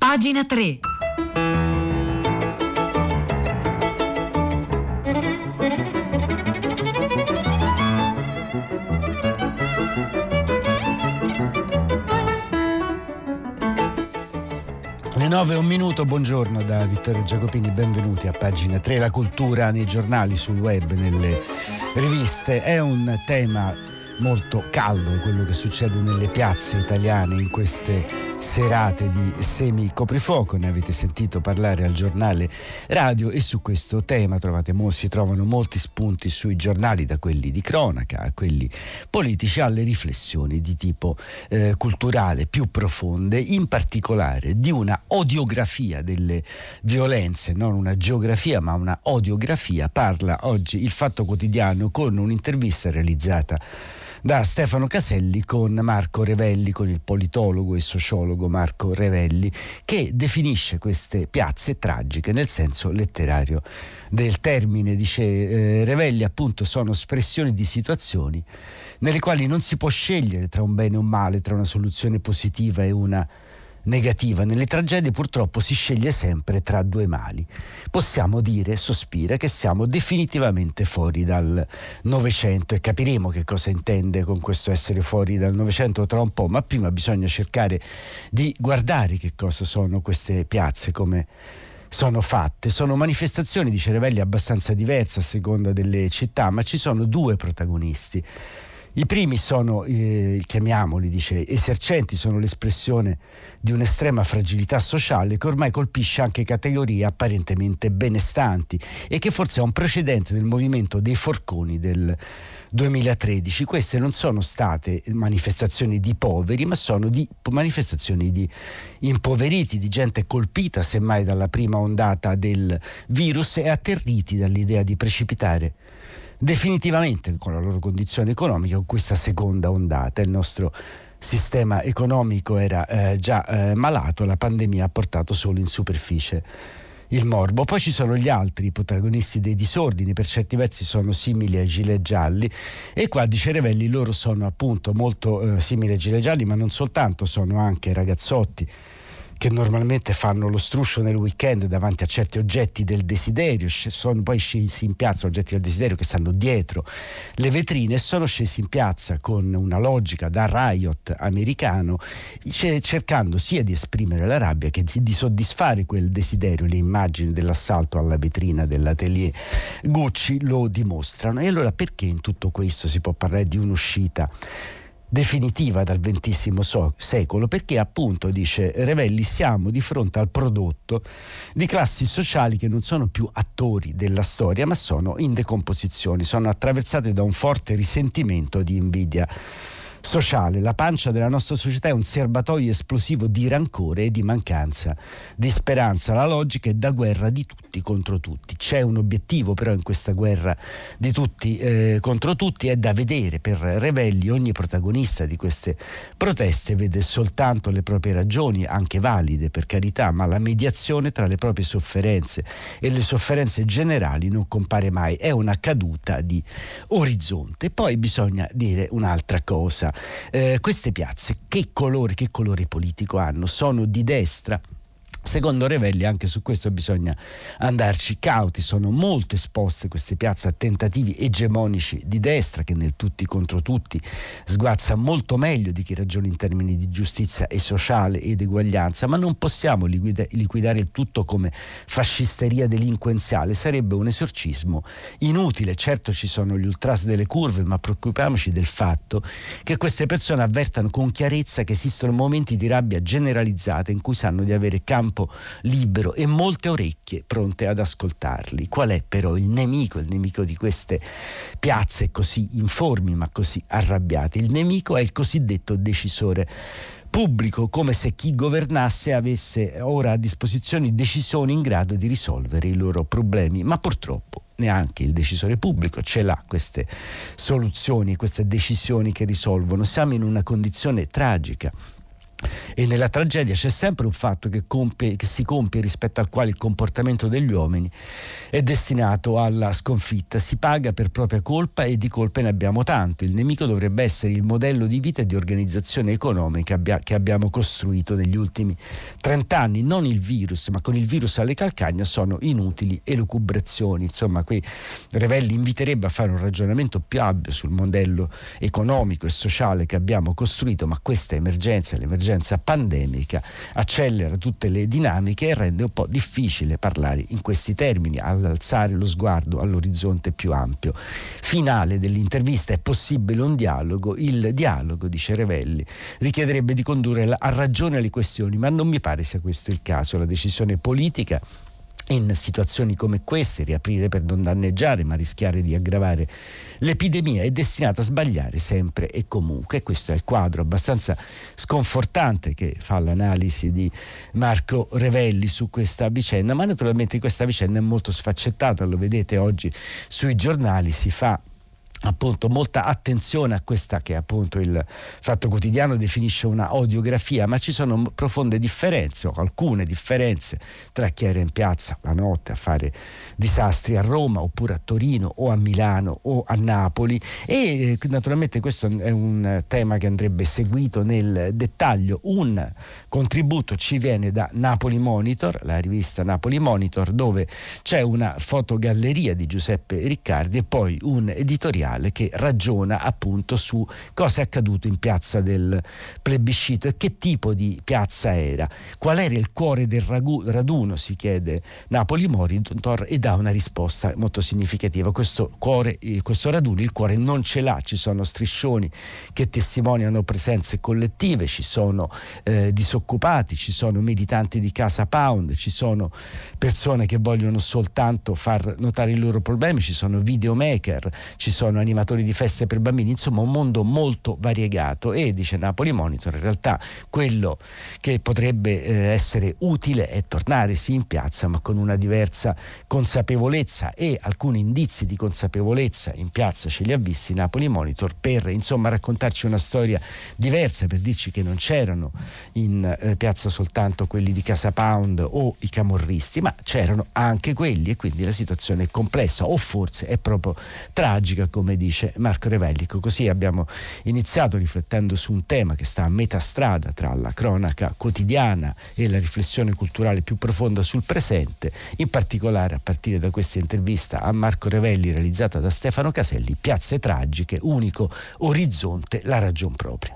Pagina 3. Le 9:01, buongiorno da Vittorio Giacopini, benvenuti a Pagina 3, la cultura nei giornali, sul web, nelle riviste. È un tema molto caldo quello che succede nelle piazze italiane in queste serate di semi-coprifuoco. Ne avete sentito parlare al giornale radio e su questo tema si trovano molti spunti sui giornali, da quelli di cronaca a quelli politici, alle riflessioni di tipo culturale più profonde, in particolare di una odiografia delle violenze, non una geografia ma una odiografia. Parla oggi il Fatto Quotidiano con un'intervista realizzata da Stefano Caselli con Marco Revelli, con il politologo e sociologo Marco Revelli, che definisce queste piazze tragiche nel senso letterario del termine. Dice Revelli, appunto, sono espressioni di situazioni nelle quali non si può scegliere tra un bene e un male, tra una soluzione positiva e una negativa. Nelle tragedie purtroppo si sceglie sempre tra due mali. Possiamo dire, sospira, che siamo definitivamente fuori dal Novecento, e capiremo che cosa intende con questo essere fuori dal Novecento tra un po', ma prima bisogna cercare di guardare che cosa sono queste piazze, come sono fatte. Sono manifestazioni, dice Revelli, abbastanza diverse a seconda delle città, ma ci sono due protagonisti. I primi sono, chiamiamoli, dice, esercenti, sono l'espressione di un'estrema fragilità sociale che ormai colpisce anche categorie apparentemente benestanti e che forse è un precedente del movimento dei forconi del 2013. Queste non sono state manifestazioni di poveri, ma sono manifestazioni di impoveriti, di gente colpita semmai dalla prima ondata del virus e atterriti dall'idea di precipitare definitivamente con la loro condizione economica con questa seconda ondata. Il nostro sistema economico era già malato, la pandemia ha portato solo in superficie il morbo. Poi ci sono gli altri protagonisti dei disordini, per certi versi sono simili ai gilet gialli, e qua, dice Revelli, loro sono appunto molto simili ai gilet gialli, ma non soltanto, sono anche ragazzotti che normalmente fanno lo struscio nel weekend davanti a certi oggetti del desiderio, sono poi scesi in piazza, oggetti del desiderio che stanno dietro le vetrine, e sono scesi in piazza con una logica da riot americano, cercando sia di esprimere la rabbia che di soddisfare quel desiderio. Le immagini dell'assalto alla vetrina dell'atelier Gucci lo dimostrano. E allora perché in tutto questo si può parlare di un'uscita definitiva dal XX secolo? Perché appunto, dice Revelli, siamo di fronte al prodotto di classi sociali che non sono più attori della storia, ma sono in decomposizione, sono attraversate da un forte risentimento di invidia sociale. La pancia della nostra società è un serbatoio esplosivo di rancore e di mancanza di speranza. La logica è da guerra di tutti contro tutti. C'è un obiettivo però in questa guerra di tutti contro tutti, è da vedere. Per Revelli ogni protagonista di queste proteste vede soltanto le proprie ragioni, anche valide per carità, ma la mediazione tra le proprie sofferenze e le sofferenze generali non compare mai, è una caduta di orizzonte. Poi bisogna dire un'altra cosa. Queste piazze che colore politico hanno? Sono di destra? Secondo Revelli anche su questo bisogna andarci cauti. Sono molto esposte queste piazze a tentativi egemonici di destra, che nel tutti contro tutti sguazza molto meglio di chi ragiona in termini di giustizia e sociale ed eguaglianza, ma non possiamo liquidare il tutto come fascisteria delinquenziale, sarebbe un esorcismo inutile. Certo, ci sono gli ultras delle curve, ma preoccupiamoci del fatto che queste persone avvertano con chiarezza che esistono momenti di rabbia generalizzata in cui sanno di avere campo libero e molte orecchie pronte ad ascoltarli. Qual è però il nemico di queste piazze così informi ma così arrabbiate? Il nemico è il cosiddetto decisore pubblico, come se chi governasse avesse ora a disposizione decisioni in grado di risolvere i loro problemi, ma purtroppo neanche il decisore pubblico ce l'ha queste soluzioni, queste decisioni che risolvono. Siamo in una condizione tragica. E nella tragedia c'è sempre un fatto che si compie, rispetto al quale il comportamento degli uomini è destinato alla sconfitta. Si paga per propria colpa e di colpe ne abbiamo tanto. Il nemico dovrebbe essere il modello di vita e di organizzazione economica che abbiamo costruito negli ultimi 30 anni. Non il virus, ma con il virus alle calcagna sono inutili elucubrazioni. Insomma, qui Revelli inviterebbe a fare un ragionamento più ampio sul modello economico e sociale che abbiamo costruito, ma questa emergenza, l'emergenza pandemica, accelera tutte le dinamiche e rende un po' difficile parlare in questi termini, alzare lo sguardo all'orizzonte più ampio. Finale dell'intervista: è possibile un dialogo? Il dialogo, dice Revelli, richiederebbe di condurre a ragione le questioni, ma non mi pare sia questo il caso. La decisione politica in situazioni come queste, riaprire per non danneggiare ma rischiare di aggravare l'epidemia, è destinata a sbagliare sempre e comunque. E questo è il quadro abbastanza sconfortante che fa l'analisi di Marco Revelli su questa vicenda, ma naturalmente questa vicenda è molto sfaccettata, lo vedete oggi sui giornali, si fa appunto molta attenzione a questa che appunto il Fatto Quotidiano definisce una odiografia, ma ci sono profonde differenze, o alcune differenze, tra chi era in piazza la notte a fare disastri a Roma oppure a Torino o a Milano o a Napoli, e naturalmente questo è un tema che andrebbe seguito nel dettaglio. Un contributo ci viene da Napoli Monitor, la rivista Napoli Monitor, dove c'è una fotogalleria di Giuseppe Riccardi e poi un editoriale che ragiona appunto su cosa è accaduto in piazza del plebiscito e che tipo di piazza era, qual era il cuore del raduno, si chiede Napoli Monitor, e dà una risposta molto significativa. Questo raduno il cuore non ce l'ha, ci sono striscioni che testimoniano presenze collettive, ci sono disoccupati, ci sono militanti di Casa Pound, ci sono persone che vogliono soltanto far notare i loro problemi, ci sono videomaker, ci sono animatori di feste per bambini, insomma un mondo molto variegato. E dice Napoli Monitor, in realtà quello che potrebbe essere utile è tornare sì in piazza, ma con una diversa consapevolezza, e alcuni indizi di consapevolezza in piazza ce li ha visti Napoli Monitor, per insomma raccontarci una storia diversa, per dirci che non c'erano in piazza soltanto quelli di Casa Pound o i camorristi, ma c'erano anche quelli, e quindi la situazione è complessa, o forse è proprio tragica, come dice Marco Revelli. Così abbiamo iniziato riflettendo su un tema che sta a metà strada tra la cronaca quotidiana e la riflessione culturale più profonda sul presente, in particolare a partire da questa intervista a Marco Revelli realizzata da Stefano Caselli, Piazze tragiche, unico orizzonte, la ragion propria.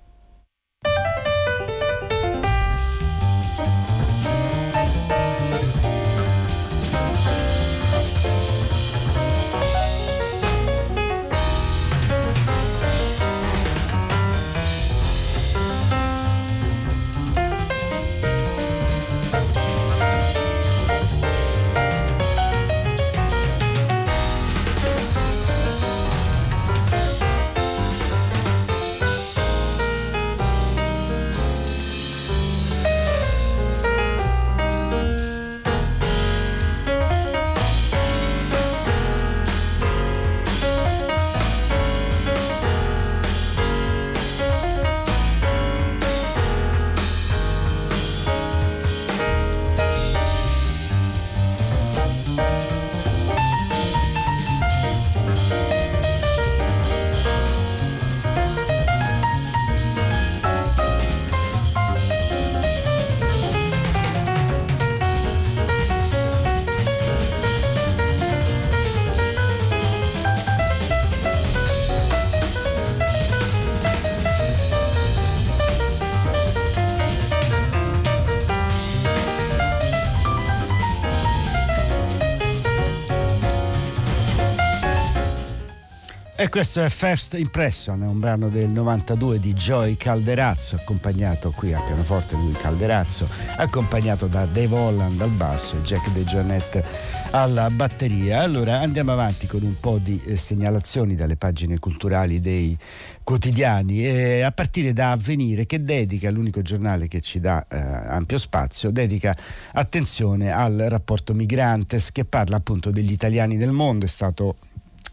E questo è First Impression, è un brano del 92 di Joey Calderazzo, accompagnato qui al pianoforte lui Calderazzo, accompagnato da Dave Holland al basso e Jack DeJohnette alla batteria. Allora andiamo avanti con un po' di segnalazioni dalle pagine culturali dei quotidiani, a partire da Avvenire, che dedica, l'unico giornale che ci dà ampio spazio, dedica attenzione al rapporto Migrantes, che parla appunto degli italiani nel mondo. È stato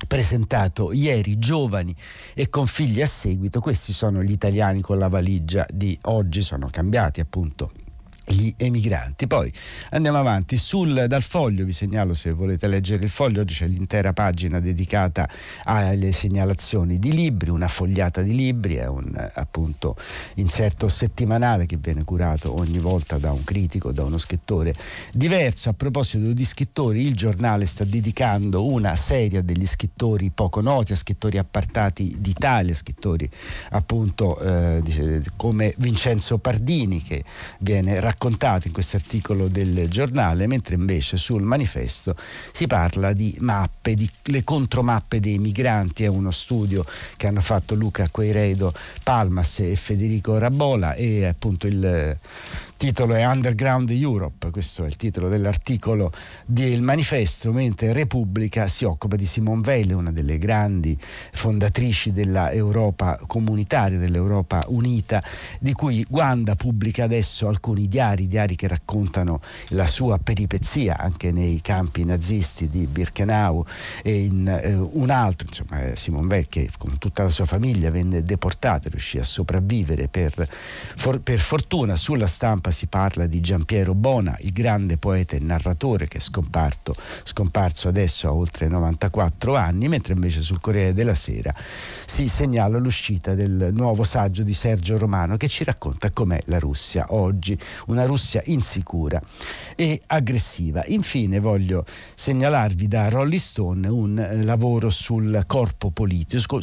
presentato ieri, giovani e con figli a seguito. Questi sono gli italiani con la valigia di oggi, sono cambiati appunto gli emigranti. Poi andiamo avanti dal Foglio. Vi segnalo, se volete leggere il Foglio, oggi c'è l'intera pagina dedicata alle segnalazioni di libri, una fogliata di libri, è un appunto inserto settimanale che viene curato ogni volta da un critico, da uno scrittore diverso. A proposito di scrittori, il Giornale sta dedicando una serie a degli scrittori poco noti, a scrittori appartati d'Italia, scrittori appunto come Vincenzo Pardini, che viene raccontato in questo articolo del Giornale, mentre invece sul Manifesto si parla di mappe, le contromappe dei migranti. È uno studio che hanno fatto Luca Queiredo Palmas e Federico Rabola, e appunto il titolo è Underground Europe, questo è il titolo dell'articolo del Manifesto, mentre Repubblica si occupa di Simone Veil, una delle grandi fondatrici della Europa comunitaria, dell'Europa unita, di cui Guanda pubblica adesso alcuni diari che raccontano la sua peripezia anche nei campi nazisti di Birkenau, e in un altro, insomma, Simone Veil, che con tutta la sua famiglia venne deportata, riuscì a sopravvivere per fortuna. Sulla Stampa si parla di Giampiero Bona, il grande poeta e narratore che è scomparso adesso a oltre 94 anni, mentre invece sul Corriere della Sera si segnala l'uscita del nuovo saggio di Sergio Romano, che ci racconta com'è la Russia oggi, una Russia insicura e aggressiva. Infine voglio segnalarvi da Rolling Stone un lavoro sul corpo politico,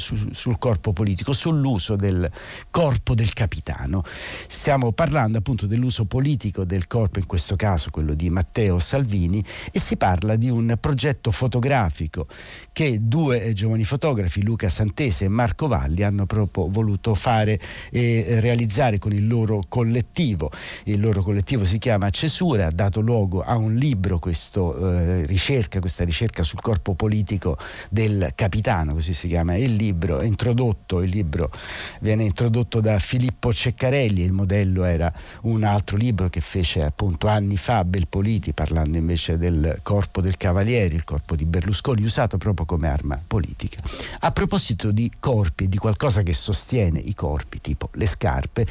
sull'uso del corpo del capitano. Stiamo parlando appunto dell'uso politico del corpo, in questo caso quello di Matteo Salvini, e si parla di un progetto fotografico che due giovani fotografi, Luca Santese e Marco Valli, hanno proprio voluto fare e realizzare con il loro collettivo. Il loro collettivo si chiama Cesura, ha dato luogo a un libro, questa ricerca sul corpo politico del capitano, così si chiama il libro. Il libro viene introdotto da Filippo Ceccarelli, il modello era un altro libro che fece appunto anni fa Belpoliti, parlando invece del corpo del Cavaliere, il corpo di Berlusconi, usato proprio come arma politica. A proposito di corpi e di qualcosa che sostiene i corpi, tipo le scarpe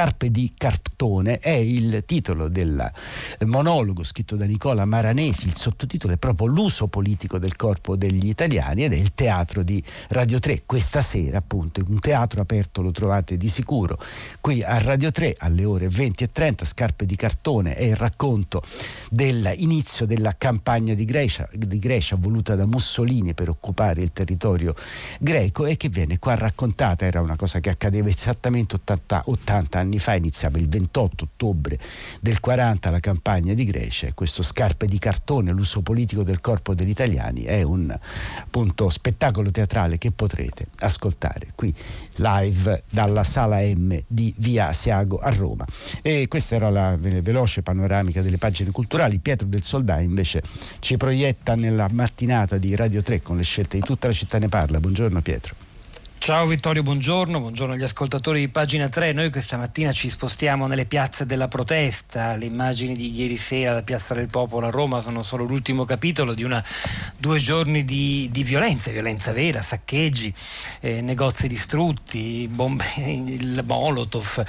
di cartone, è il titolo del monologo scritto da Nicola Maranesi. Il sottotitolo è proprio L'uso politico del corpo degli italiani, ed è il teatro di Radio 3 questa sera, appunto un teatro aperto, lo trovate di sicuro qui a Radio 3 alle ore 20:30. Scarpe di cartone è il racconto dell'inizio della campagna di Grecia voluta da Mussolini per occupare il territorio greco, e che viene qua raccontata. Era una cosa che accadeva esattamente 80 anni fa, iniziava il 28 ottobre del 40 la campagna di Grecia, e questo Scarpe di cartone, l'uso politico del corpo degli italiani, è un appunto spettacolo teatrale che potrete ascoltare qui live dalla Sala M di Via Asiago a Roma. E questa era la veloce panoramica delle pagine culturali. Pietro del Soldà invece ci proietta nella mattinata di Radio 3 con le scelte di Tutta la città ne parla. Buongiorno Pietro. Ciao Vittorio, buongiorno agli ascoltatori di Pagina 3. Noi questa mattina ci spostiamo nelle piazze della protesta. Le immagini di ieri sera alla Piazza del Popolo a Roma sono solo l'ultimo capitolo di 2 giorni di violenza vera, saccheggi, negozi distrutti, bombe, il Molotov,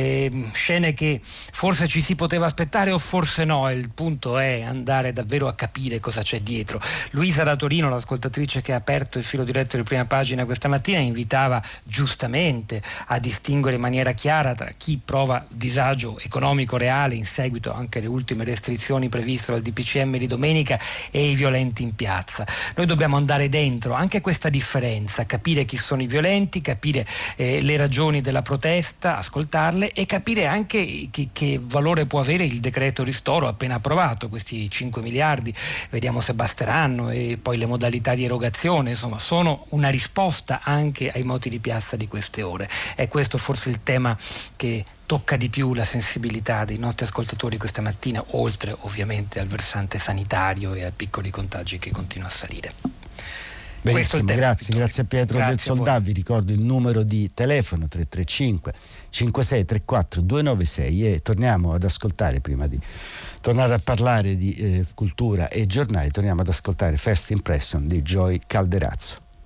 scene che forse ci si poteva aspettare o forse no. Il punto è andare davvero a capire cosa c'è dietro. Luisa da Torino, l'ascoltatrice che ha aperto il filo diretto di Prima Pagina questa mattina, invitava giustamente a distinguere in maniera chiara tra chi prova disagio economico reale in seguito anche alle ultime restrizioni previste dal DPCM di domenica e i violenti in piazza. Noi dobbiamo andare dentro anche questa differenza, capire chi sono i violenti, capire le ragioni della protesta, ascoltarle, e capire anche che valore può avere il decreto ristoro appena approvato, questi 5 miliardi, vediamo se basteranno, e poi le modalità di erogazione, insomma sono una risposta anche ai moti di piazza di queste ore. È questo forse il tema che tocca di più la sensibilità dei nostri ascoltatori questa mattina, oltre ovviamente al versante sanitario e ai piccoli contagi che continuano a salire. Benissimo, grazie a Pietro del Soldà. Vi ricordo il numero di telefono 335 5634 296, e torniamo ad ascoltare, prima di tornare a parlare di cultura e giornali, torniamo ad ascoltare First Impression di Joy Calderazzo.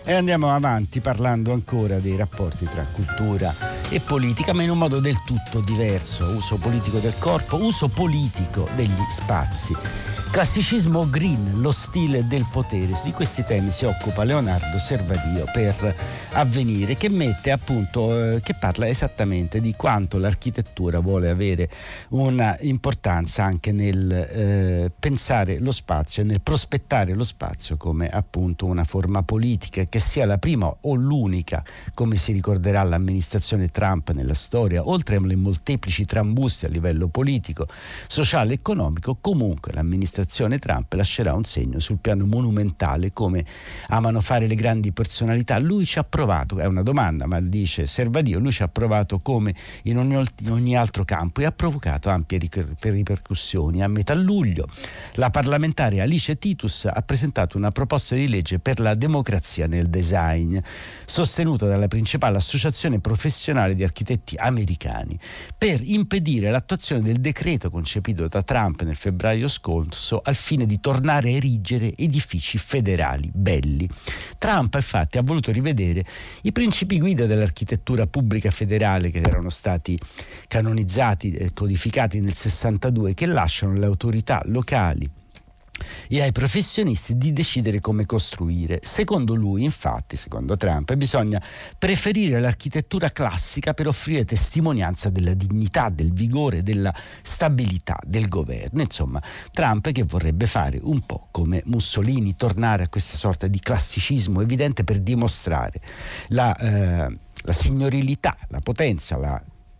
E andiamo avanti parlando ancora dei rapporti tra cultura e politica, ma in un modo del tutto diverso: uso politico del corpo, uso politico degli spazi. Classicismo green, lo stile del potere. Di questi temi si occupa Leonardo Servadio per Avvenire, che mette appunto, che parla esattamente di quanto l'architettura vuole avere una importanza anche nel pensare lo spazio e nel prospettare lo spazio come appunto una forma politica, che sia la prima o l'unica, come si ricorderà l'amministrazione Trump nella storia, oltre alle molteplici trambuste a livello politico, sociale e economico. Comunque l'amministrazione Trump lascerà un segno sul piano monumentale, come amano fare le grandi personalità. Lui ci ha provato, è una domanda, ma dice Servadio, lui ci ha provato come in ogni altro campo e ha provocato ampie ripercussioni. A metà luglio la parlamentare Alice Titus ha presentato una proposta di legge per la democrazia nel design, sostenuta dalla principale associazione professionale di architetti americani, per impedire l'attuazione del decreto concepito da Trump nel febbraio scorso al fine di tornare a erigere edifici federali belli. Trump infatti ha voluto rivedere i principi guida dell'architettura pubblica federale, che erano stati canonizzati e codificati nel 62, che lasciano alle autorità locali e ai professionisti di decidere come costruire. Secondo lui, infatti, secondo Trump, bisogna preferire l'architettura classica per offrire testimonianza della dignità, del vigore, della stabilità del governo. Insomma, Trump che vorrebbe fare un po' come Mussolini, tornare a questa sorta di classicismo evidente per dimostrare la signorilità, la potenza,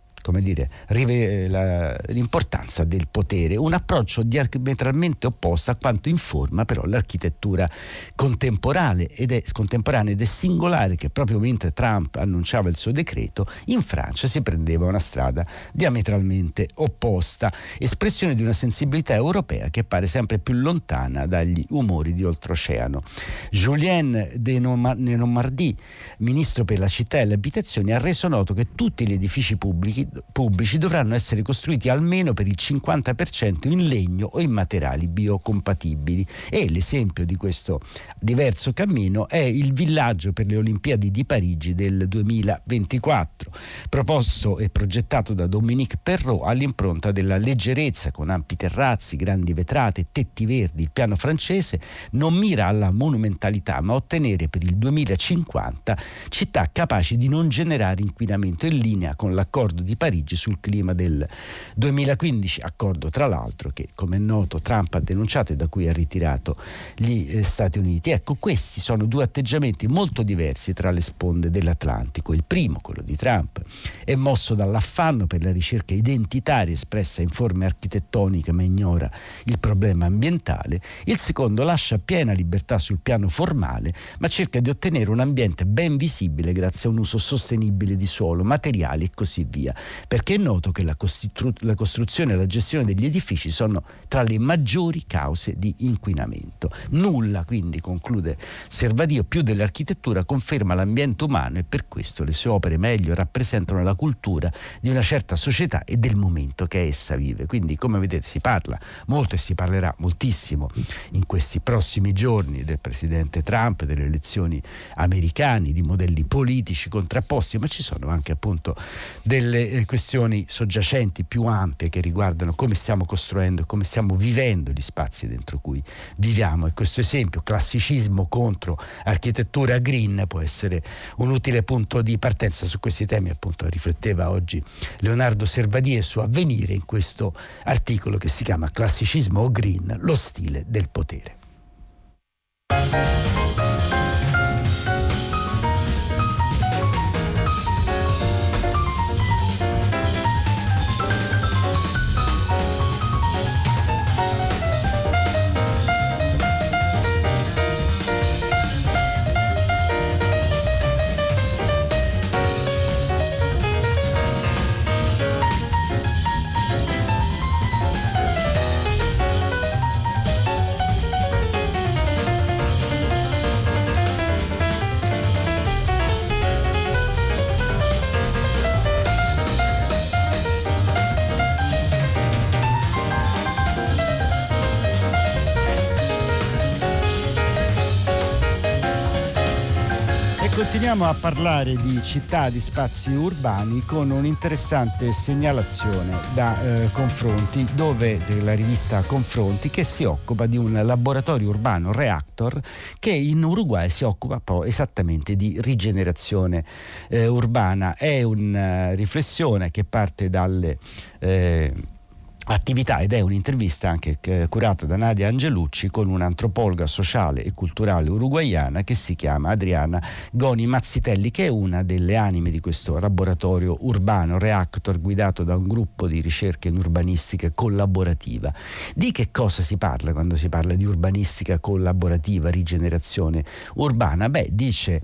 l'importanza del potere, un approccio diametralmente opposto a quanto informa però l'architettura contemporanea, ed è singolare che proprio mentre Trump annunciava il suo decreto, in Francia si prendeva una strada diametralmente opposta, espressione di una sensibilità europea che pare sempre più lontana dagli umori di oltreoceano. Julien de Normandie, ministro per la città e le abitazioni, ha reso noto che tutti gli edifici pubblici dovranno essere costruiti almeno per il 50% in legno o in materiali biocompatibili, e l'esempio di questo diverso cammino è il villaggio per le Olimpiadi di Parigi del 2024, proposto e progettato da Dominique Perrault all'impronta della leggerezza, con ampi terrazzi, grandi vetrate, tetti verdi. Il piano francese non mira alla monumentalità, ma a ottenere per il 2050 città capaci di non generare inquinamento, in linea con l'accordo di Parigi sul clima del 2015, accordo tra l'altro che, come è noto, Trump ha denunciato e da cui ha ritirato gli Stati Uniti. Ecco, questi sono due atteggiamenti molto diversi tra le sponde dell'Atlantico. Il primo, quello di Trump, è mosso dall'affanno per la ricerca identitaria espressa in forme architettoniche, ma ignora il problema ambientale. Il secondo lascia piena libertà sul piano formale, ma cerca di ottenere un ambiente ben visibile grazie a un uso sostenibile di suolo, materiali e così via, perché è noto che la costruzione e la gestione degli edifici sono tra le maggiori cause di inquinamento. Nulla, quindi, conclude Servadio, più dell'architettura conferma l'ambiente umano, e per questo le sue opere meglio rappresentano la cultura di una certa società e del momento che essa vive. Quindi, come vedete, si parla molto e si parlerà moltissimo in questi prossimi giorni del presidente Trump, delle elezioni americane, di modelli politici contrapposti, ma ci sono anche appunto delle questioni soggiacenti più ampie che riguardano come stiamo costruendo, come stiamo vivendo gli spazi dentro cui viviamo, e questo esempio, classicismo contro architettura green, può essere un utile punto di partenza. Su questi temi appunto rifletteva oggi Leonardo Servadio su Avvenire in questo articolo che si chiama Classicismo o Green, lo stile del potere. Continuiamo a parlare di città, di spazi urbani con un'interessante segnalazione da Confronti, della rivista Confronti, che si occupa di un laboratorio urbano, Reactor, che in Uruguay si occupa poi esattamente di rigenerazione urbana. È una riflessione che parte dalle attività ed è un'intervista anche curata da Nadia Angelucci con un'antropologa sociale e culturale uruguaiana che si chiama Adriana Goni Mazzitelli, che è una delle anime di questo laboratorio urbano Reactor, guidato da un gruppo di ricerca in urbanistica collaborativa. Di che cosa si parla quando si parla di urbanistica collaborativa, rigenerazione urbana? Dice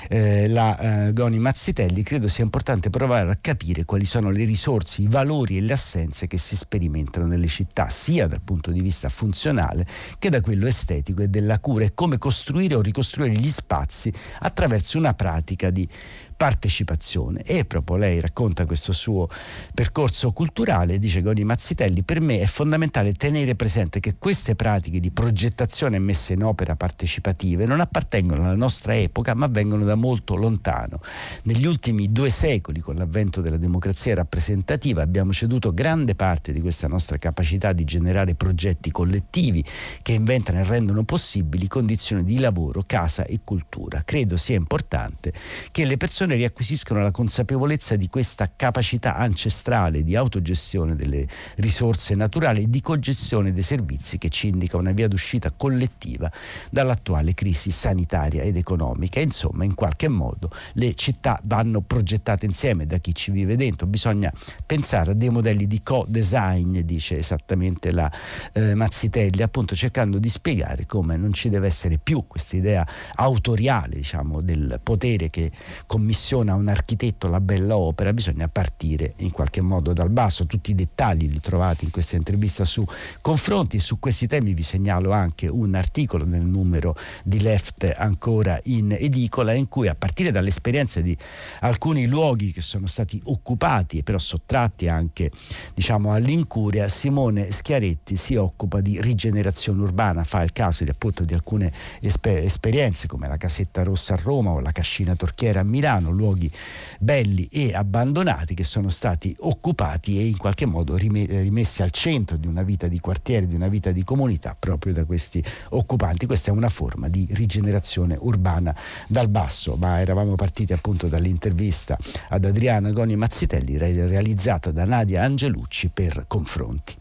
la Goni Mazzitelli, credo sia importante provare a capire quali sono le risorse, i valori e le assenze che si sperimentano nelle città, sia dal punto di vista funzionale che da quello estetico e della cura, e come costruire o ricostruire gli spazi attraverso una pratica di partecipazione. E proprio lei racconta questo suo percorso culturale. Dice Goni Mazzitelli: per me è fondamentale tenere presente che queste pratiche di progettazione e messa in opera partecipative non appartengono alla nostra epoca, ma vengono da molto lontano. Negli ultimi 2 secoli, con l'avvento della democrazia rappresentativa, abbiamo ceduto grande parte di questa nostra capacità di generare progetti collettivi che inventano e rendono possibili condizioni di lavoro, casa e cultura. Credo sia importante che le persone riacquisiscono la consapevolezza di questa capacità ancestrale di autogestione delle risorse naturali e di cogestione dei servizi, che ci indica una via d'uscita collettiva dall'attuale crisi sanitaria ed economica. Insomma, in qualche modo le città vanno progettate insieme da chi ci vive dentro. Bisogna pensare a dei modelli di co-design, dice esattamente la Mazzitelli, appunto cercando di spiegare come non ci deve essere più questa idea autoriale, diciamo, del potere che commissiona a un architetto la bella opera. Bisogna partire in qualche modo dal basso. Tutti i dettagli li trovate in questa intervista su Confronti. Su questi temi vi segnalo anche un articolo nel numero di Left ancora in edicola, in cui, a partire dalle esperienze di alcuni luoghi che sono stati occupati e però sottratti anche, diciamo, all'incuria, Simone Schiaretti si occupa di rigenerazione urbana. Fa il caso appunto di alcune esperienze come la Casetta Rossa a Roma o la Cascina Torchiera a Milano, luoghi belli e abbandonati che sono stati occupati e in qualche modo rimessi al centro di una vita di quartiere, di una vita di comunità, proprio da questi occupanti. Questa è una forma di rigenerazione urbana dal basso. Ma eravamo partiti appunto dall'intervista ad Adriana Goni Mazzitelli, realizzata da Nadia Angelucci per Confronti.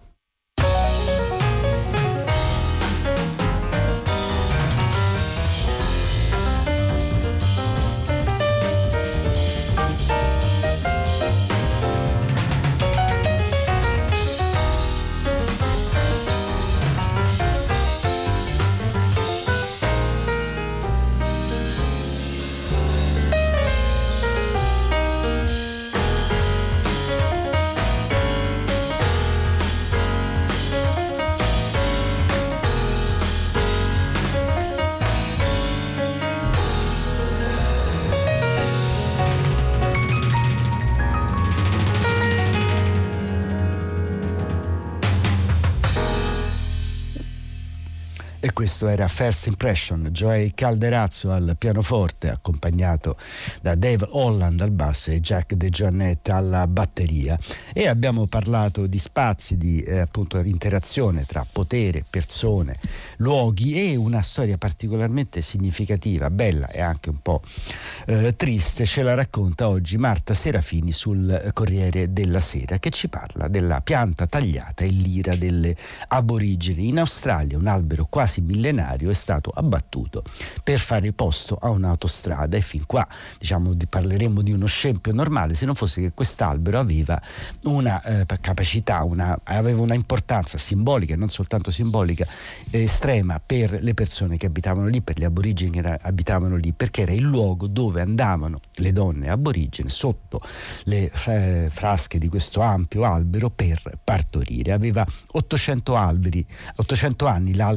E questo era First Impression, Joey Calderazzo al pianoforte, accompagnato da Dave Holland al basso e Jack De Joannette alla batteria. E abbiamo parlato di spazi, di appunto interazione tra potere, persone, luoghi, e una storia particolarmente significativa, bella e anche un po' triste ce la racconta oggi Marta Serafini sul Corriere della Sera, che ci parla della pianta tagliata e l'ira delle aborigeni. In Australia un albero quasi millenario è stato abbattuto per fare posto a un'autostrada, e fin qua, diciamo, parleremmo di uno scempio normale, se non fosse che quest'albero aveva una capacità, aveva una importanza simbolica e non soltanto simbolica estrema per le persone che abitavano lì, per gli aborigeni che abitavano lì, perché era il luogo dove andavano le donne aborigene sotto le frasche di questo ampio albero per partorire. Aveva 800 anni l'albero delle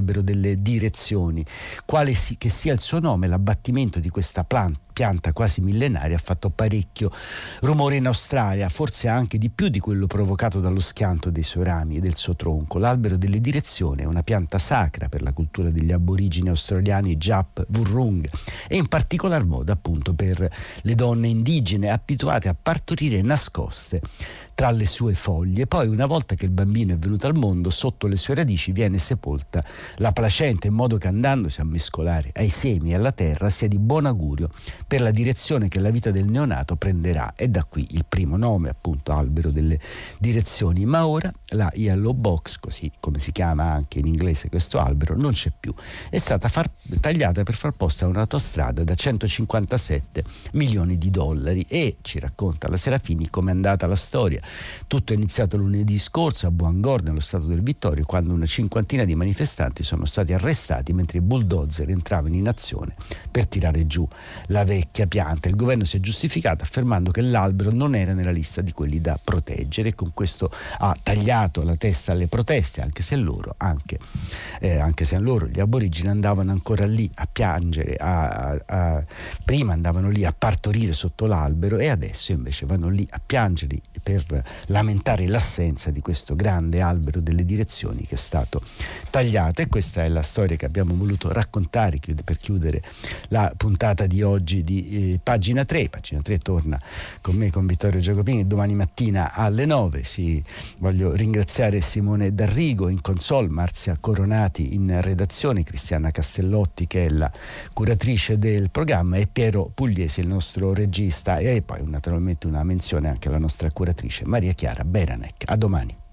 delle direzioni. Che sia il suo nome, l'abbattimento di questa pianta quasi millenaria ha fatto parecchio rumore in Australia, forse anche di più di quello provocato dallo schianto dei suoi rami e del suo tronco. L'albero delle direzioni è una pianta sacra per la cultura degli aborigini australiani Djap Wurrung e in particolar modo appunto per le donne indigene abituate a partorire nascoste tra le sue foglie. Poi, una volta che il bambino è venuto al mondo, sotto le sue radici viene sepolta la placenta, in modo che, andandosi a mescolare ai semi e alla terra, sia di buon augurio per la direzione che la vita del neonato prenderà. E da qui il primo nome, appunto, albero delle direzioni. Ma ora la Yellow Box, così come si chiama anche in inglese questo albero, non c'è più. È stata tagliata per far posto a un'autostrada da 157 milioni di dollari e ci racconta la Serafini come è andata la storia. Tutto è iniziato lunedì scorso a Bangor, nello stato del Vittorio, quando una cinquantina di manifestanti sono stati arrestati mentre i bulldozer entravano in azione per tirare giù la vecchia pianta. Il governo si è giustificato affermando che l'albero non era nella lista di quelli da proteggere e con questo ha tagliato la testa alle proteste, anche se loro, gli aborigini, andavano ancora lì a piangere, prima andavano lì a partorire sotto l'albero e adesso invece vanno lì a piangere per lamentare l'assenza di questo grande albero delle direzioni che è stato tagliato. E questa è la storia che abbiamo voluto raccontare per chiudere la puntata di oggi di Pagina 3. Pagina 3 torna con me, con Vittorio Giacopini, domani mattina alle 9. Voglio ringraziare Simone D'Arrigo in console, Marzia Coronati in redazione, Cristiana Castellotti che è la curatrice del programma e Piero Pugliesi il nostro regista, e poi naturalmente una menzione anche alla nostra curatrice Maria Chiara Beranec. A domani.